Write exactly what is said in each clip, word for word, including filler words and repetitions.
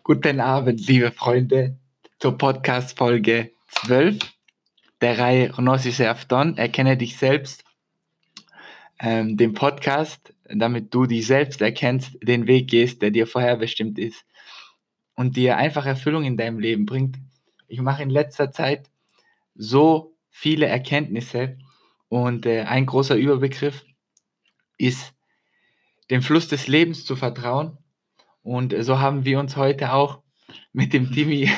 Guten Abend, liebe Freunde, zur Podcast-Folge zwölf der Reihe Gnosis Afton. Erkenne dich selbst, ähm, dem Podcast, damit du dich selbst erkennst, den Weg gehst, der dir vorherbestimmt ist und dir einfach Erfüllung in deinem Leben bringt. Ich mache in letzter Zeit so viele Erkenntnisse und äh, ein großer Überbegriff ist, dem Fluss des Lebens zu vertrauen. Und äh, so haben wir uns heute auch mit dem Timmy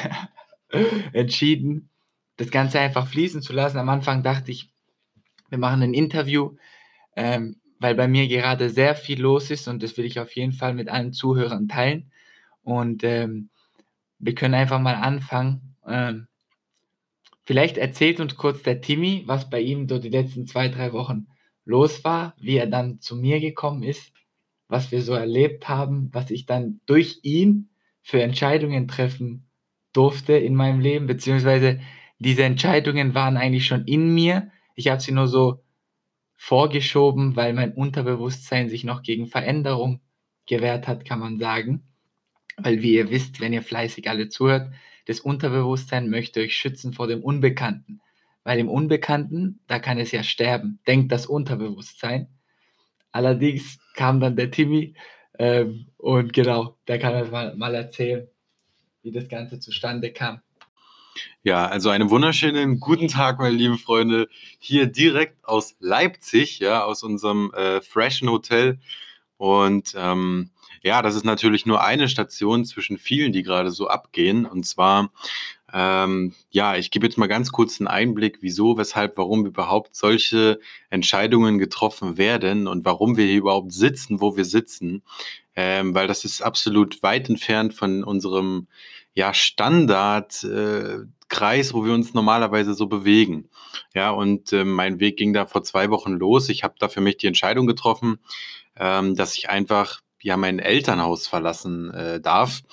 entschieden, das Ganze einfach fließen zu lassen. Am Anfang dachte ich, wir machen ein Interview, ähm, weil bei mir gerade sehr viel los ist und das will ich auf jeden Fall mit allen Zuhörern teilen. Und ähm, wir können einfach mal anfangen. Ähm, vielleicht erzählt uns kurz der Timmy, was bei ihm so die letzten zwei, drei Wochen los war, wie er dann zu mir gekommen ist, was wir so erlebt haben, was ich dann durch ihn für Entscheidungen treffen durfte in meinem Leben, beziehungsweise diese Entscheidungen waren eigentlich schon in mir. Ich habe sie nur so vorgeschoben, weil mein Unterbewusstsein sich noch gegen Veränderung gewehrt hat, kann man sagen. Weil wie ihr wisst, wenn ihr fleißig alle zuhört, das Unterbewusstsein möchte euch schützen vor dem Unbekannten. Weil im Unbekannten, da kann es ja sterben, denkt das Unterbewusstsein. Allerdings kam dann der Timmy ähm, und genau, der kann das mal, mal erzählen, wie das Ganze zustande kam. Ja, also einen wunderschönen guten Tag, meine lieben Freunde, hier direkt aus Leipzig, ja, aus unserem äh, Freshen Hotel. Und ähm, ja, das ist natürlich nur eine Station zwischen vielen, die gerade so abgehen. Und zwar, ähm, ja, ich gebe jetzt mal ganz kurz einen Einblick, wieso, weshalb, warum überhaupt solche Entscheidungen getroffen werden und warum wir hier überhaupt sitzen, wo wir sitzen. Ähm, weil das ist absolut weit entfernt von unserem ja, Standard. Äh, Kreis, wo wir uns normalerweise so bewegen. Ja, und äh, mein Weg ging da vor zwei Wochen los. Ich habe da für mich die Entscheidung getroffen, ähm, dass ich einfach ja mein Elternhaus verlassen äh, darf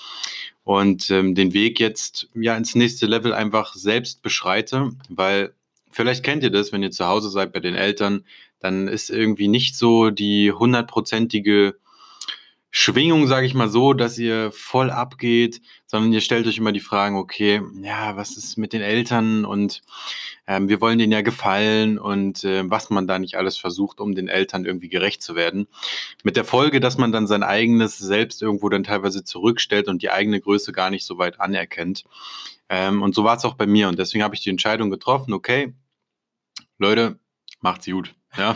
und ähm, den Weg jetzt ja ins nächste Level einfach selbst beschreite, weil vielleicht kennt ihr das, wenn ihr zu Hause seid bei den Eltern, dann ist irgendwie nicht so die hundertprozentige Schwingung, sage ich mal so, dass ihr voll abgeht, sondern ihr stellt euch immer die Fragen, okay, ja, was ist mit den Eltern und ähm, wir wollen denen ja gefallen und äh, was man da nicht alles versucht, um den Eltern irgendwie gerecht zu werden. Mit der Folge, dass man dann sein eigenes Selbst irgendwo dann teilweise zurückstellt und die eigene Größe gar nicht so weit anerkennt. Ähm, und so war es auch bei mir und deswegen habe ich die Entscheidung getroffen, okay, Leute, macht's gut. Ja.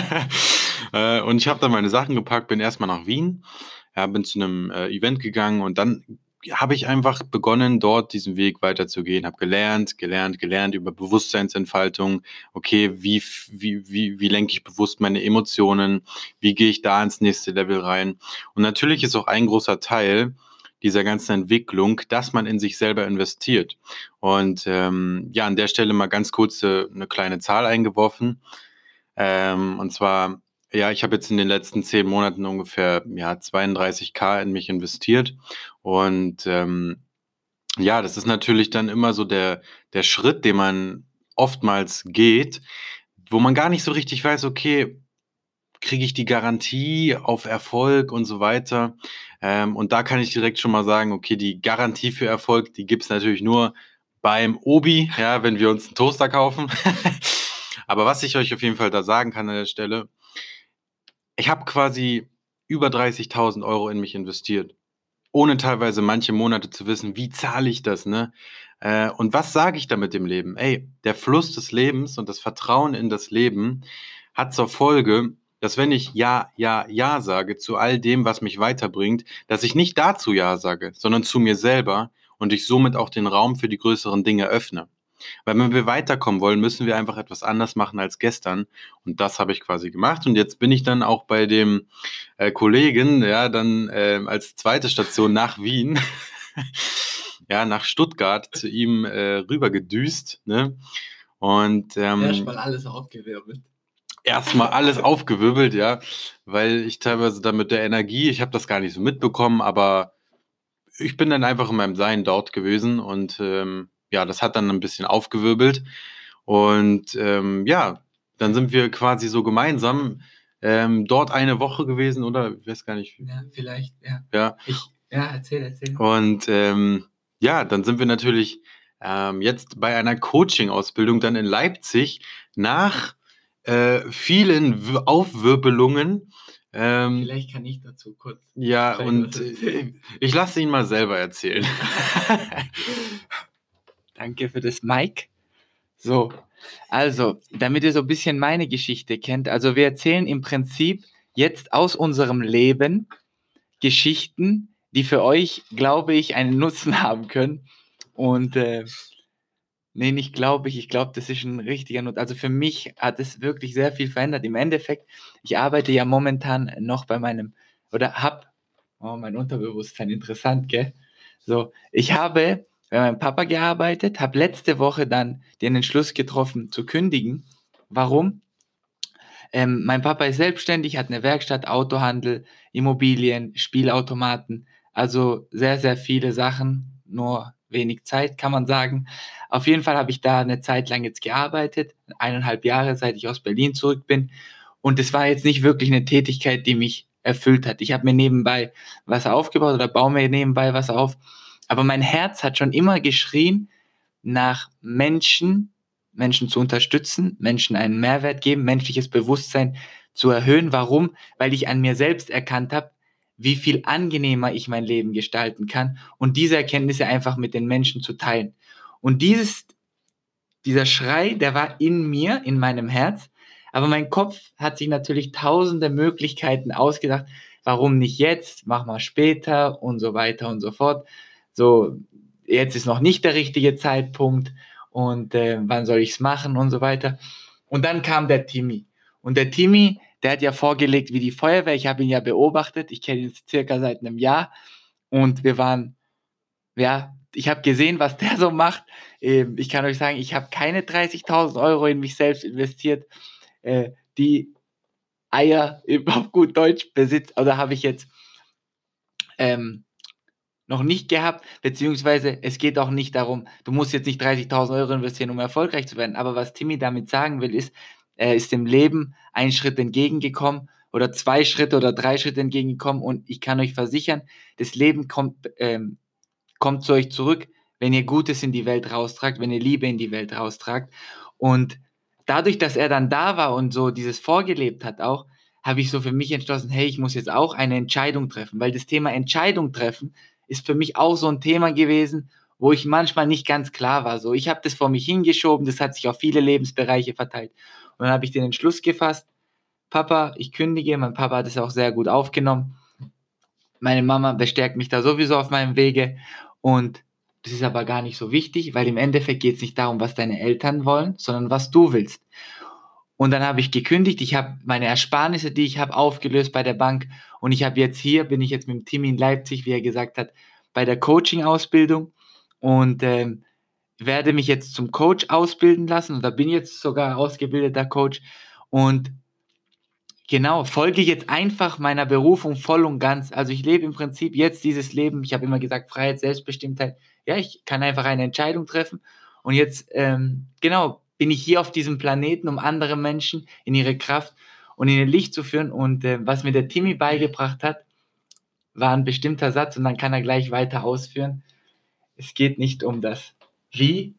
Äh, und ich habe dann meine Sachen gepackt, bin erstmal nach Wien, ja, bin zu einem äh, Event gegangen und dann habe ich einfach begonnen, dort diesen Weg weiterzugehen, habe gelernt, gelernt, gelernt über Bewusstseinsentfaltung. Okay, wie, wie, wie, wie lenke ich bewusst meine Emotionen? Wie gehe ich da ins nächste Level rein? Und natürlich ist auch ein großer Teil dieser ganzen Entwicklung, dass man in sich selber investiert. Und ähm, ja, an der Stelle mal ganz kurz äh, eine kleine Zahl eingeworfen. Ähm, und zwar, ja, ich habe jetzt in den letzten zehn Monaten ungefähr ja, zweiunddreißigtausend in mich investiert. Und ähm, ja, das ist natürlich dann immer so der, der Schritt, den man oftmals geht, wo man gar nicht so richtig weiß, okay, kriege ich die Garantie auf Erfolg und so weiter. Ähm, und da kann ich direkt schon mal sagen, okay, die Garantie für Erfolg, die gibt's natürlich nur beim Obi, ja, wenn wir uns einen Toaster kaufen. Aber was ich euch auf jeden Fall da sagen kann an der Stelle, ich habe quasi über dreißigtausend Euro in mich investiert, ohne teilweise manche Monate zu wissen, wie zahle ich das, ne? Äh, und was sage ich da mit dem Leben? Ey, der Fluss des Lebens und das Vertrauen in das Leben hat zur Folge, dass wenn ich Ja, Ja, Ja sage zu all dem, was mich weiterbringt, dass ich nicht dazu Ja sage, sondern zu mir selber und ich somit auch den Raum für die größeren Dinge öffne. Weil wenn wir weiterkommen wollen, müssen wir einfach etwas anders machen als gestern. Und das habe ich quasi gemacht. Und jetzt bin ich dann auch bei dem äh, Kollegen, ja, dann äh, als zweite Station nach Wien, ja, nach Stuttgart zu ihm äh, rüber gedüst. Ne? Und ähm, Erstmal alles aufgewirbelt. Erstmal alles aufgewirbelt, ja, weil ich teilweise dann mit der Energie, ich habe das gar nicht so mitbekommen, aber ich bin dann einfach in meinem Sein dort gewesen und ähm, ja, das hat dann ein bisschen aufgewirbelt. Und ähm, ja, dann sind wir quasi so gemeinsam ähm, dort eine Woche gewesen, oder? Ich weiß gar nicht. Ja, vielleicht, ja. Ja. Ich, Ja, erzähl, erzähl. Und ähm, ja, dann sind wir natürlich ähm, jetzt bei einer Coaching-Ausbildung dann in Leipzig nach äh, vielen W- Aufwirbelungen. Ähm, Vielleicht kann ich dazu kurz ja, gleich was und erzählen. äh, ich lasse ihn mal selber erzählen. Danke für das Mic. So, also, damit ihr so ein bisschen meine Geschichte kennt, also wir erzählen im Prinzip jetzt aus unserem Leben Geschichten, die für euch, glaube ich, einen Nutzen haben können. Und äh, nee, nicht glaube ich, ich glaube, das ist ein richtiger Nutzen. Also für mich hat es wirklich sehr viel verändert. Im Endeffekt, ich arbeite ja momentan noch bei meinem, oder hab, oh, mein Unterbewusstsein, interessant, gell? So, ich habe bei meinem Papa gearbeitet, habe letzte Woche dann den Entschluss getroffen zu kündigen. Warum? Ähm, mein Papa ist selbstständig, hat eine Werkstatt, Autohandel, Immobilien, Spielautomaten, also sehr, sehr viele Sachen, nur wenig Zeit, kann man sagen. Auf jeden Fall habe ich da eine Zeit lang jetzt gearbeitet, eineinhalb Jahre, seit ich aus Berlin zurück bin. Und es war jetzt nicht wirklich eine Tätigkeit, die mich erfüllt hat. Ich habe mir nebenbei was aufgebaut oder baue mir nebenbei was auf. Aber mein Herz hat schon immer geschrien nach Menschen, Menschen zu unterstützen, Menschen einen Mehrwert geben, menschliches Bewusstsein zu erhöhen. Warum? Weil ich an mir selbst erkannt habe, wie viel angenehmer ich mein Leben gestalten kann und diese Erkenntnisse einfach mit den Menschen zu teilen. Und dieses, dieser Schrei, der war in mir, in meinem Herz, aber mein Kopf hat sich natürlich tausende Möglichkeiten ausgedacht, warum nicht jetzt, mach mal später und so weiter und so fort. So, jetzt ist noch nicht der richtige Zeitpunkt und äh, wann soll ich es machen und so weiter. Und dann kam der Timmy. Und der Timmy, der hat ja vorgelegt wie die Feuerwehr. Ich habe ihn ja beobachtet. Ich kenne ihn circa seit einem Jahr. Und wir waren, ja, ich habe gesehen, was der so macht. Ähm, ich kann euch sagen, ich habe keine dreißigtausend Euro in mich selbst investiert. Äh, die Eier auf gut Deutsch besitzt, oder habe ich jetzt ähm, noch nicht gehabt, beziehungsweise es geht auch nicht darum, du musst jetzt nicht dreißigtausend Euro investieren, um erfolgreich zu werden. Aber was Timmy damit sagen will, ist, er ist dem Leben einen Schritt entgegengekommen oder zwei Schritte oder drei Schritte entgegengekommen und ich kann euch versichern, das Leben kommt, ähm, kommt zu euch zurück, wenn ihr Gutes in die Welt raustragt, wenn ihr Liebe in die Welt raustragt. Und dadurch, dass er dann da war und so dieses vorgelebt hat auch, habe ich so für mich entschlossen, hey, ich muss jetzt auch eine Entscheidung treffen, weil das Thema Entscheidung treffen ist für mich auch so ein Thema gewesen, wo ich manchmal nicht ganz klar war. So, ich habe das vor mich hingeschoben, das hat sich auf viele Lebensbereiche verteilt. Und dann habe ich den Entschluss gefasst, Papa, ich kündige. Mein Papa hat es auch sehr gut aufgenommen. Meine Mama bestärkt mich da sowieso auf meinem Wege. Und das ist aber gar nicht so wichtig, weil im Endeffekt geht es nicht darum, was deine Eltern wollen, sondern was du willst. Und dann habe ich gekündigt. Ich habe meine Ersparnisse, die ich habe, aufgelöst bei der Bank. Und ich habe jetzt hier, bin ich jetzt mit dem Team in Leipzig, wie er gesagt hat, bei der Coaching-Ausbildung und ähm, werde mich jetzt zum Coach ausbilden lassen. Oder bin jetzt sogar ausgebildeter Coach. Und genau, folge jetzt einfach meiner Berufung voll und ganz. Also ich lebe im Prinzip jetzt dieses Leben. Ich habe immer gesagt, Freiheit, Selbstbestimmtheit. Ja, ich kann einfach eine Entscheidung treffen. Und jetzt, ähm, genau, bin ich hier auf diesem Planeten, um andere Menschen in ihre Kraft und in ihr Licht zu führen. Und äh, was mir der Timmy beigebracht hat, war ein bestimmter Satz und dann kann er gleich weiter ausführen. Es geht nicht um das Wie,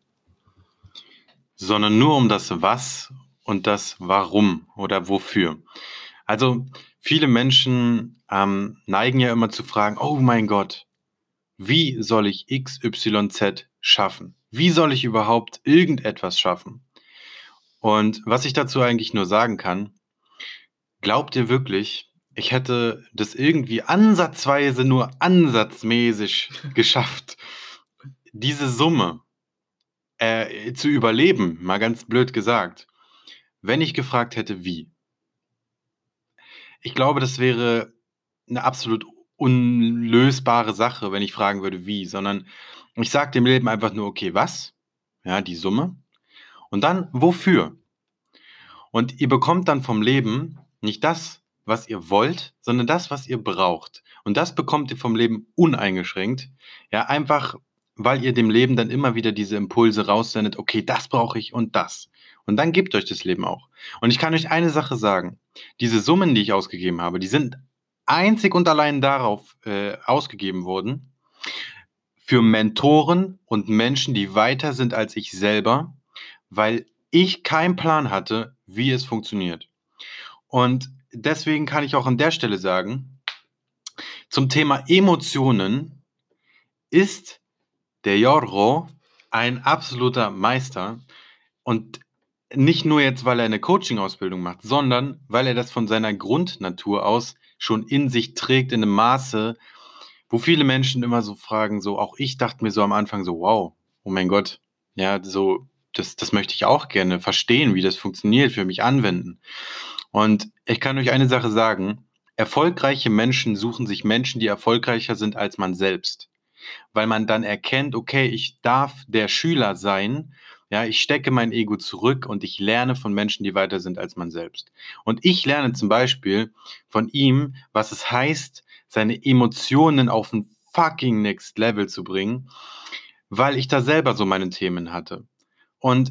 Sondern nur um das Was und das Warum oder Wofür. Also viele Menschen ähm, neigen ja immer zu fragen, oh mein Gott, wie soll ich X Y Z schaffen? Wie soll ich überhaupt irgendetwas schaffen? Und was ich dazu eigentlich nur sagen kann, glaubt ihr wirklich, ich hätte das irgendwie ansatzweise nur ansatzmäßig geschafft, diese Summe äh, zu überleben, mal ganz blöd gesagt, wenn ich gefragt hätte, wie? Ich glaube, das wäre eine absolut unlösbare Sache, wenn ich fragen würde, wie, sondern ich sage dem Leben einfach nur, okay, was? Ja, die Summe. Und dann, wofür? Und ihr bekommt dann vom Leben nicht das, was ihr wollt, sondern das, was ihr braucht. Und das bekommt ihr vom Leben uneingeschränkt. Ja, einfach, weil ihr dem Leben dann immer wieder diese Impulse raussendet, okay, das brauche ich und das. Und dann gibt euch das Leben auch. Und ich kann euch eine Sache sagen. Diese Summen, die ich ausgegeben habe, die sind einzig und allein darauf äh, ausgegeben wurden, für Mentoren und Menschen, die weiter sind als ich selber, weil ich keinen Plan hatte, wie es funktioniert. Und deswegen kann ich auch an der Stelle sagen, zum Thema Emotionen ist der Jorgo ein absoluter Meister. Und nicht nur jetzt, weil er eine Coaching-Ausbildung macht, sondern weil er das von seiner Grundnatur aus schon in sich trägt in einem Maße, wo viele Menschen immer so fragen, so auch ich dachte mir so am Anfang so, wow, oh mein Gott, ja, so das, das möchte ich auch gerne verstehen, wie das funktioniert, für mich anwenden. Und ich kann euch eine Sache sagen, erfolgreiche Menschen suchen sich Menschen, die erfolgreicher sind als man selbst, weil man dann erkennt, okay, ich darf der Schüler sein, ja, ich stecke mein Ego zurück und ich lerne von Menschen, die weiter sind als man selbst. Und ich lerne zum Beispiel von ihm, was es heißt, seine Emotionen auf ein fucking Next Level zu bringen, weil ich da selber so meine Themen hatte. Und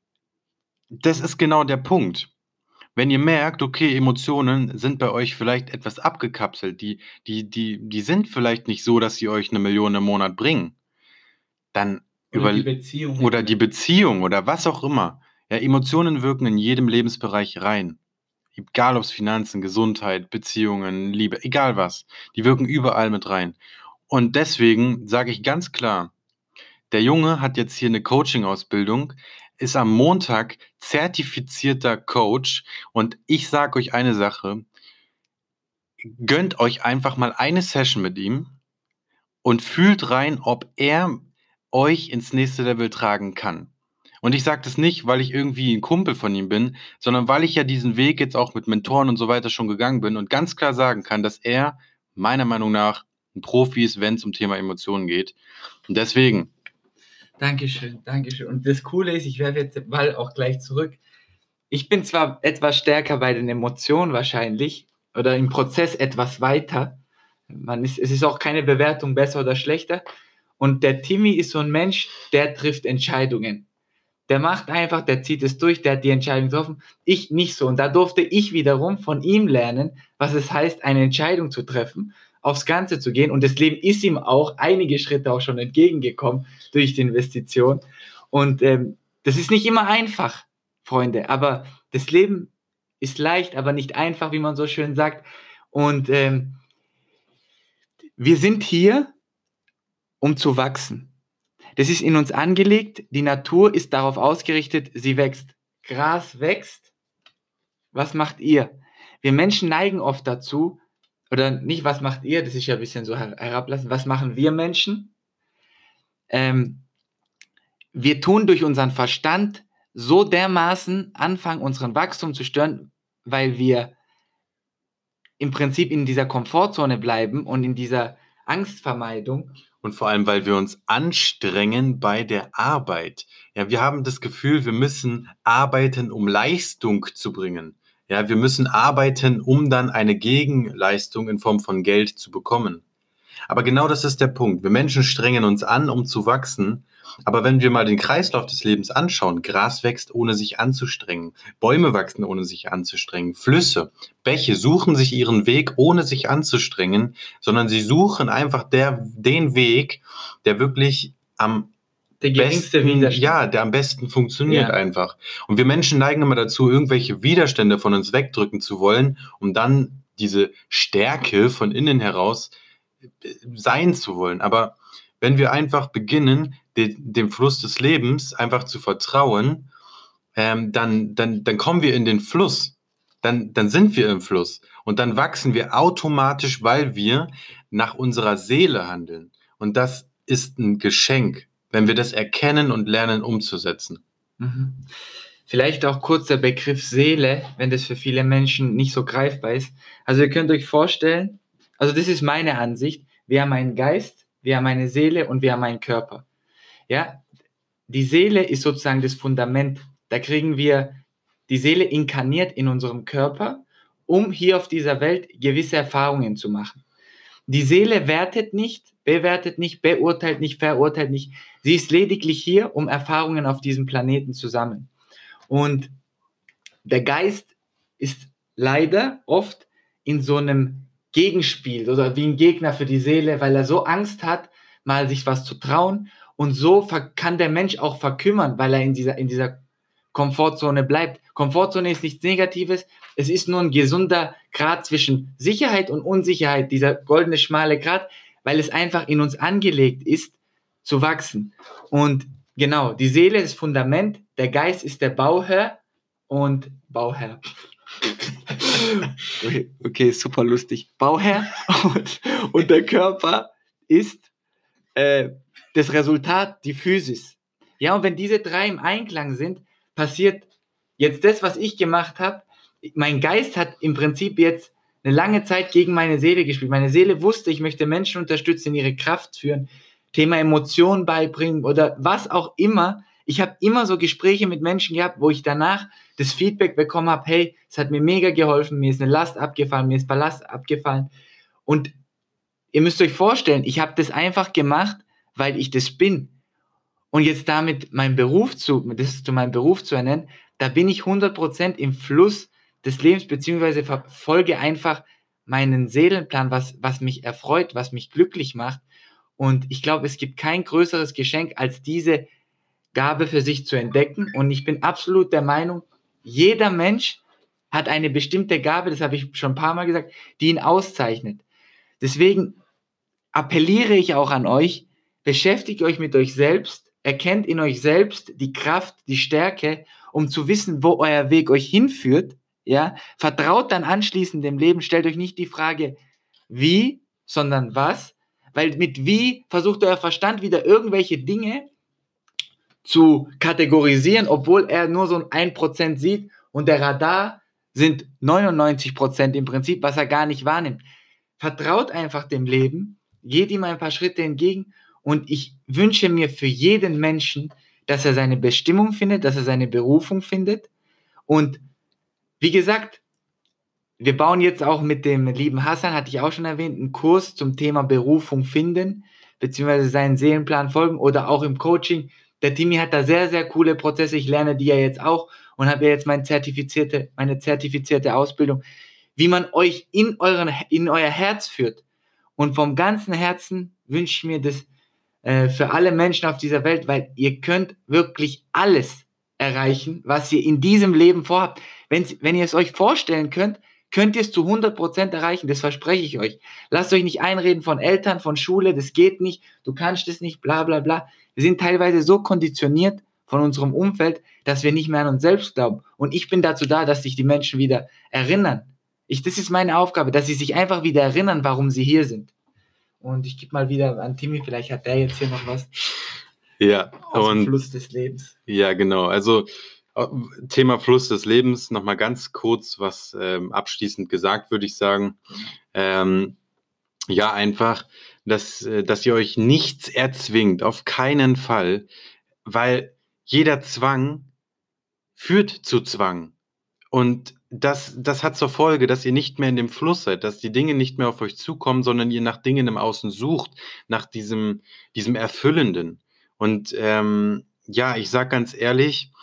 das ist genau der Punkt. Wenn ihr merkt, okay, Emotionen sind bei euch vielleicht etwas abgekapselt, die, die, die, die sind vielleicht nicht so, dass sie euch eine Million im Monat bringen, dann Oder über die Beziehung. oder die Beziehung oder was auch immer. Ja, Emotionen wirken in jedem Lebensbereich rein. Egal ob es Finanzen, Gesundheit, Beziehungen, Liebe, egal was. Die wirken überall mit rein. Und deswegen sage ich ganz klar, der Junge hat jetzt hier eine Coaching-Ausbildung, ist am Montag zertifizierter Coach und ich sage euch eine Sache, gönnt euch einfach mal eine Session mit ihm und fühlt rein, ob er euch ins nächste Level tragen kann. Und ich sage das nicht, weil ich irgendwie ein Kumpel von ihm bin, sondern weil ich ja diesen Weg jetzt auch mit Mentoren und so weiter schon gegangen bin und ganz klar sagen kann, dass er meiner Meinung nach ein Profi ist, wenn es um Thema Emotionen geht. Und deswegen. Dankeschön, Dankeschön. Und das Coole ist, ich werfe jetzt den Ball auch gleich zurück. Ich bin zwar etwas stärker bei den Emotionen wahrscheinlich oder im Prozess etwas weiter. Man ist, es ist auch keine Bewertung besser oder schlechter. Und der Timmy ist so ein Mensch, der trifft Entscheidungen. Der macht einfach, der zieht es durch, der hat die Entscheidung getroffen. Ich nicht so. Und da durfte ich wiederum von ihm lernen, was es heißt, eine Entscheidung zu treffen, aufs Ganze zu gehen. Und das Leben ist ihm auch einige Schritte auch schon entgegengekommen durch die Investition. Und ähm, das ist nicht immer einfach, Freunde. Aber das Leben ist leicht, aber nicht einfach, wie man so schön sagt. Und ähm, wir sind hier, um zu wachsen. Das ist in uns angelegt. Die Natur ist darauf ausgerichtet, sie wächst. Gras wächst. Was macht ihr? Wir Menschen neigen oft dazu, oder nicht, was macht ihr? Das ist ja ein bisschen so herablassen. Was machen wir Menschen? Ähm, wir tun durch unseren Verstand so dermaßen anfangen, unseren Wachstum zu stören, weil wir im Prinzip in dieser Komfortzone bleiben und in dieser Angstvermeidung. Und vor allem, weil wir uns anstrengen bei der Arbeit. Ja, wir haben das Gefühl, wir müssen arbeiten, um Leistung zu bringen. Ja, wir müssen arbeiten, um dann eine Gegenleistung in Form von Geld zu bekommen. Aber genau das ist der Punkt. Wir Menschen strengen uns an, um zu wachsen. Aber wenn wir mal den Kreislauf des Lebens anschauen, Gras wächst, ohne sich anzustrengen. Bäume wachsen, ohne sich anzustrengen. Flüsse, Bäche suchen sich ihren Weg, ohne sich anzustrengen, sondern sie suchen einfach der, den Weg, der wirklich am der geringste besten, Widerstand. ja, der am besten funktioniert Ja. einfach. Und wir Menschen neigen immer dazu, irgendwelche Widerstände von uns wegdrücken zu wollen, um dann diese Stärke von innen heraus sein zu wollen. Aber wenn wir einfach beginnen, de, dem Fluss des Lebens einfach zu vertrauen, ähm, dann, dann, dann kommen wir in den Fluss. Dann, dann sind wir im Fluss. Und dann wachsen wir automatisch, weil wir nach unserer Seele handeln. Und das ist ein Geschenk, wenn wir das erkennen und lernen umzusetzen. Mhm. Vielleicht auch kurz der Begriff Seele, wenn das für viele Menschen nicht so greifbar ist. Also ihr könnt euch vorstellen, also das ist meine Ansicht, wir haben einen Geist, wir haben eine Seele und wir haben einen Körper. Ja, die Seele ist sozusagen das Fundament. Da kriegen wir die Seele inkarniert in unserem Körper, um hier auf dieser Welt gewisse Erfahrungen zu machen. Die Seele wertet nicht, bewertet nicht, beurteilt nicht, verurteilt nicht. Sie ist lediglich hier, um Erfahrungen auf diesem Planeten zu sammeln. Und der Geist ist leider oft in so einem gegenspielt oder wie ein Gegner für die Seele, weil er so Angst hat, mal sich was zu trauen. Und so kann der Mensch auch verkümmern, weil er in dieser, in dieser Komfortzone bleibt. Komfortzone ist nichts Negatives. Es ist nur ein gesunder Grad zwischen Sicherheit und Unsicherheit, dieser goldene schmale Grad, weil es einfach in uns angelegt ist, zu wachsen. Und genau, die Seele ist das Fundament, der Geist ist der Bauherr und Bauherr. Okay, super lustig. Bauherr und, und der Körper ist äh, das Resultat, die Physis. Ja, und wenn diese drei im Einklang sind, passiert jetzt das, was ich gemacht habe. Mein Geist hat im Prinzip jetzt eine lange Zeit gegen meine Seele gespielt. Meine Seele wusste, ich möchte Menschen unterstützen, in ihre Kraft führen, Thema Emotionen beibringen oder was auch immer. Ich habe immer so Gespräche mit Menschen gehabt, wo ich danach das Feedback bekommen habe, hey, es hat mir mega geholfen, mir ist eine Last abgefallen, mir ist Ballast abgefallen. Und ihr müsst euch vorstellen, ich habe das einfach gemacht, weil ich das bin. Und jetzt damit meinen Beruf zu, das zu meinem Beruf zu ernennen, da bin ich hundert Prozent im Fluss des Lebens, beziehungsweise verfolge einfach meinen Seelenplan, was, was mich erfreut, was mich glücklich macht. Und ich glaube, es gibt kein größeres Geschenk, als diese Gabe für sich zu entdecken. Und ich bin absolut der Meinung, jeder Mensch hat eine bestimmte Gabe, das habe ich schon ein paar Mal gesagt, die ihn auszeichnet. Deswegen appelliere ich auch an euch, beschäftigt euch mit euch selbst, erkennt in euch selbst die Kraft, die Stärke, um zu wissen, wo euer Weg euch hinführt. Ja? Vertraut dann anschließend dem Leben, stellt euch nicht die Frage, wie, sondern was, weil mit wie versucht euer Verstand wieder irgendwelche Dinge zu kategorisieren, obwohl er nur so ein ein Prozent sieht und der Radar sind neunundneunzig Prozent im Prinzip, was er gar nicht wahrnimmt. Vertraut einfach dem Leben, geht ihm ein paar Schritte entgegen und ich wünsche mir für jeden Menschen, dass er seine Bestimmung findet, dass er seine Berufung findet. Und wie gesagt, wir bauen jetzt auch mit dem lieben Hassan, hatte ich auch schon erwähnt, einen Kurs zum Thema Berufung finden, beziehungsweise seinen Seelenplan folgen oder auch im Coaching. Der Timmy hat da sehr, sehr coole Prozesse. Ich lerne die ja jetzt auch und habe ja jetzt meine zertifizierte, meine zertifizierte Ausbildung, wie man euch in, euren, in euer Herz führt. Und vom ganzen Herzen wünsche ich mir das äh, für alle Menschen auf dieser Welt, weil ihr könnt wirklich alles erreichen, was ihr in diesem Leben vorhabt. Wenn's, wenn ihr es euch vorstellen könnt, könnt ihr es zu hundert Prozent erreichen, das verspreche ich euch. Lasst euch nicht einreden von Eltern, von Schule, das geht nicht, du kannst es nicht, bla bla bla. Wir sind teilweise so konditioniert von unserem Umfeld, dass wir nicht mehr an uns selbst glauben. Und ich bin dazu da, dass sich die Menschen wieder erinnern. Ich, das ist meine Aufgabe, dass sie sich einfach wieder erinnern, warum sie hier sind. Und ich gebe mal wieder an Timmy, vielleicht hat der jetzt hier noch was. Ja, aus und dem Fluss des Lebens. Ja, genau. Also Thema Fluss des Lebens, nochmal ganz kurz was ähm, abschließend gesagt, würde ich sagen. Ähm, ja, einfach, dass, äh, dass ihr euch nichts erzwingt, auf keinen Fall, weil jeder Zwang führt zu Zwang. Und das, das hat zur Folge, dass ihr nicht mehr in dem Fluss seid, dass die Dinge nicht mehr auf euch zukommen, sondern ihr nach Dingen im Außen sucht, nach diesem, diesem Erfüllenden. Und ähm, ja, ich sage ganz ehrlich,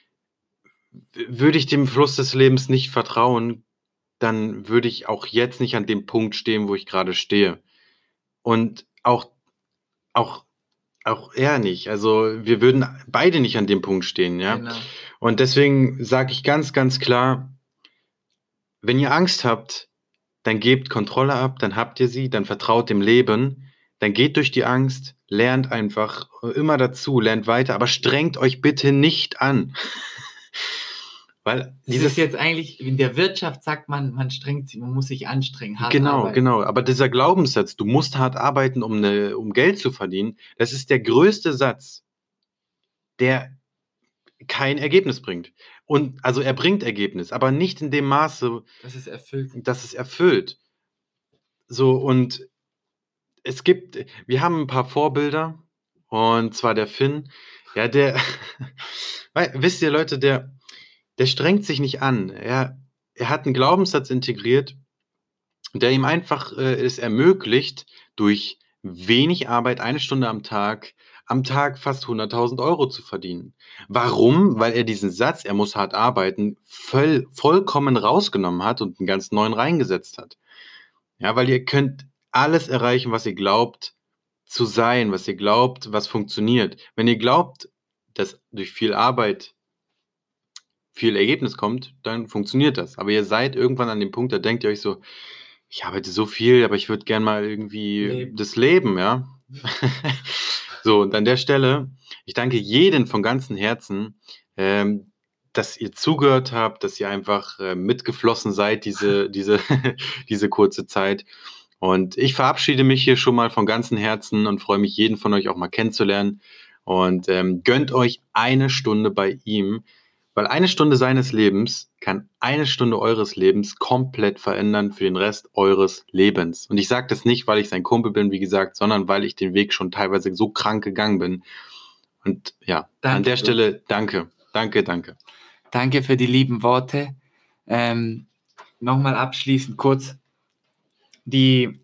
würde ich dem Fluss des Lebens nicht vertrauen, dann würde ich auch jetzt nicht an dem Punkt stehen, wo ich gerade stehe. Und auch, auch, auch er nicht. Also wir würden beide nicht an dem Punkt stehen, ja. Genau. Und deswegen sage ich ganz, ganz klar, wenn ihr Angst habt, dann gebt Kontrolle ab, dann habt ihr sie, dann vertraut dem Leben, dann geht durch die Angst, lernt einfach immer dazu, lernt weiter, aber strengt euch bitte nicht an. Weil Das dieses ist jetzt eigentlich, in der Wirtschaft sagt man, man strengt sich, man muss sich anstrengen, hart Genau, arbeiten. genau. Aber dieser Glaubenssatz, du musst hart arbeiten, um, ne, um Geld zu verdienen, das ist der größte Satz, der kein Ergebnis bringt. Und also er bringt Ergebnis, aber nicht in dem Maße, Das ist erfüllt. dass es erfüllt. So, und es gibt, wir haben ein paar Vorbilder, und zwar der Finn, ja, der, weil, wisst ihr, Leute, der, der strengt sich nicht an. Er, er hat einen Glaubenssatz integriert, der ihm einfach äh, es ermöglicht, durch wenig Arbeit, eine Stunde am Tag, am Tag fast hunderttausend Euro zu verdienen. Warum? Weil er diesen Satz, er muss hart arbeiten, voll, vollkommen rausgenommen hat und einen ganz neuen reingesetzt hat. Ja, weil ihr könnt alles erreichen, was ihr glaubt zu sein, was ihr glaubt, was funktioniert. Wenn ihr glaubt, dass durch viel Arbeit viel Ergebnis kommt, dann funktioniert das. Aber ihr seid irgendwann an dem Punkt, da denkt ihr euch so, ich arbeite so viel, aber ich würde gern mal irgendwie Leben. das Leben, ja. So, und an der Stelle, ich danke jedem von ganzem Herzen, ähm, dass ihr zugehört habt, dass ihr einfach äh, mitgeflossen seid, diese, diese, diese kurze Zeit. Und ich verabschiede mich hier schon mal von ganzem Herzen und freue mich, jeden von euch auch mal kennenzulernen. Und ähm, gönnt euch eine Stunde bei ihm, weil eine Stunde seines Lebens kann eine Stunde eures Lebens komplett verändern für den Rest eures Lebens. Und ich sage das nicht, weil ich sein Kumpel bin, wie gesagt, sondern weil ich den Weg schon teilweise so krank gegangen bin. Und ja, Danke, an der Bro. Stelle danke, danke, danke. Danke für die lieben Worte. Ähm, Nochmal abschließend kurz. Die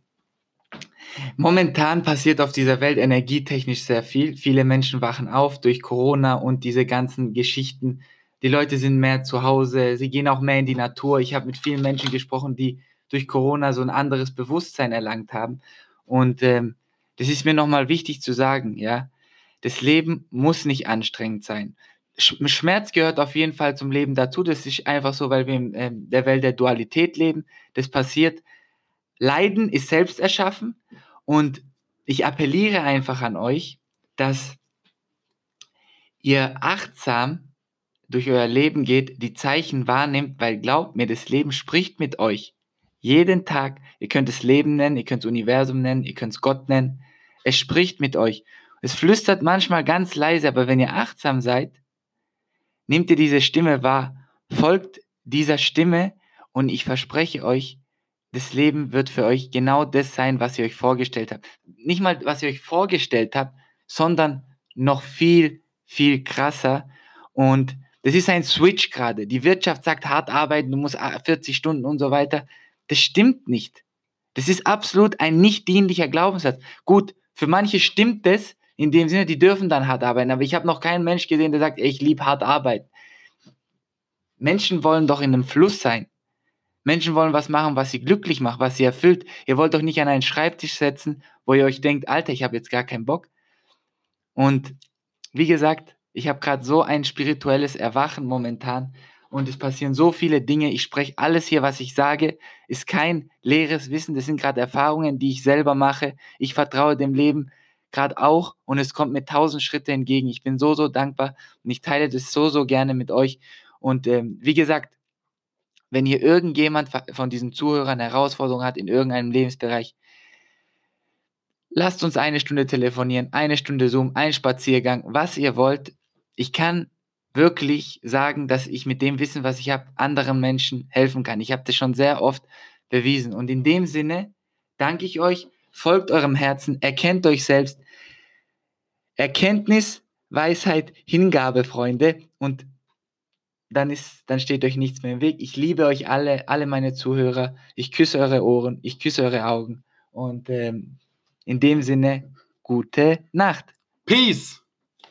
momentan passiert auf dieser Welt energietechnisch sehr viel. Viele Menschen wachen auf durch Corona und diese ganzen Geschichten. Die Leute sind mehr zu Hause, sie gehen auch mehr in die Natur. Ich habe mit vielen Menschen gesprochen, die durch Corona so ein anderes Bewusstsein erlangt haben. Und ähm, das ist mir nochmal wichtig zu sagen, ja. Das Leben muss nicht anstrengend sein. Sch- Schmerz gehört auf jeden Fall zum Leben dazu. Das ist einfach so, weil wir in ähm, der Welt der Dualität leben. Das passiert. Leiden ist selbst erschaffen und ich appelliere einfach an euch, dass ihr achtsam durch euer Leben geht, die Zeichen wahrnimmt, weil glaubt mir, das Leben spricht mit euch. Jeden Tag, ihr könnt es Leben nennen, ihr könnt es Universum nennen, ihr könnt es Gott nennen. Es spricht mit euch. Es flüstert manchmal ganz leise, aber wenn ihr achtsam seid, nehmt ihr diese Stimme wahr, folgt dieser Stimme und ich verspreche euch, das Leben wird für euch genau das sein, was ihr euch vorgestellt habt. Nicht mal, was ihr euch vorgestellt habt, sondern noch viel, viel krasser. Und das ist ein Switch gerade. Die Wirtschaft sagt, hart arbeiten, du musst vierzig Stunden und so weiter. Das stimmt nicht. Das ist absolut ein nicht dienlicher Glaubenssatz. Gut, für manche stimmt das, in dem Sinne, die dürfen dann hart arbeiten. Aber ich habe noch keinen Mensch gesehen, der sagt, ey, ich liebe hart arbeiten. Menschen wollen doch in einem Fluss sein. Menschen wollen was machen, was sie glücklich macht, was sie erfüllt. Ihr wollt doch nicht an einen Schreibtisch setzen, wo ihr euch denkt, Alter, ich habe jetzt gar keinen Bock. Und wie gesagt, ich habe gerade so ein spirituelles Erwachen momentan und es passieren so viele Dinge. Ich spreche alles hier, was ich sage, ist kein leeres Wissen. Das sind gerade Erfahrungen, die ich selber mache. Ich vertraue dem Leben gerade auch und es kommt mir tausend Schritte entgegen. Ich bin so, so dankbar und ich teile das so, so gerne mit euch. Und ähm, wie gesagt, wenn hier irgendjemand von diesen Zuhörern Herausforderungen hat in irgendeinem Lebensbereich, lasst uns eine Stunde telefonieren, eine Stunde Zoom, ein Spaziergang, was ihr wollt. Ich kann wirklich sagen, dass ich mit dem Wissen, was ich habe, anderen Menschen helfen kann. Ich habe das schon sehr oft bewiesen. Und in dem Sinne danke ich euch, folgt eurem Herzen, erkennt euch selbst. Erkenntnis, Weisheit, Hingabe, Freunde. Und dann ist, dann steht euch nichts mehr im Weg. Ich liebe euch alle, alle meine Zuhörer. Ich küsse eure Ohren, ich küsse eure Augen. Und ähm, in dem Sinne, gute Nacht. Peace!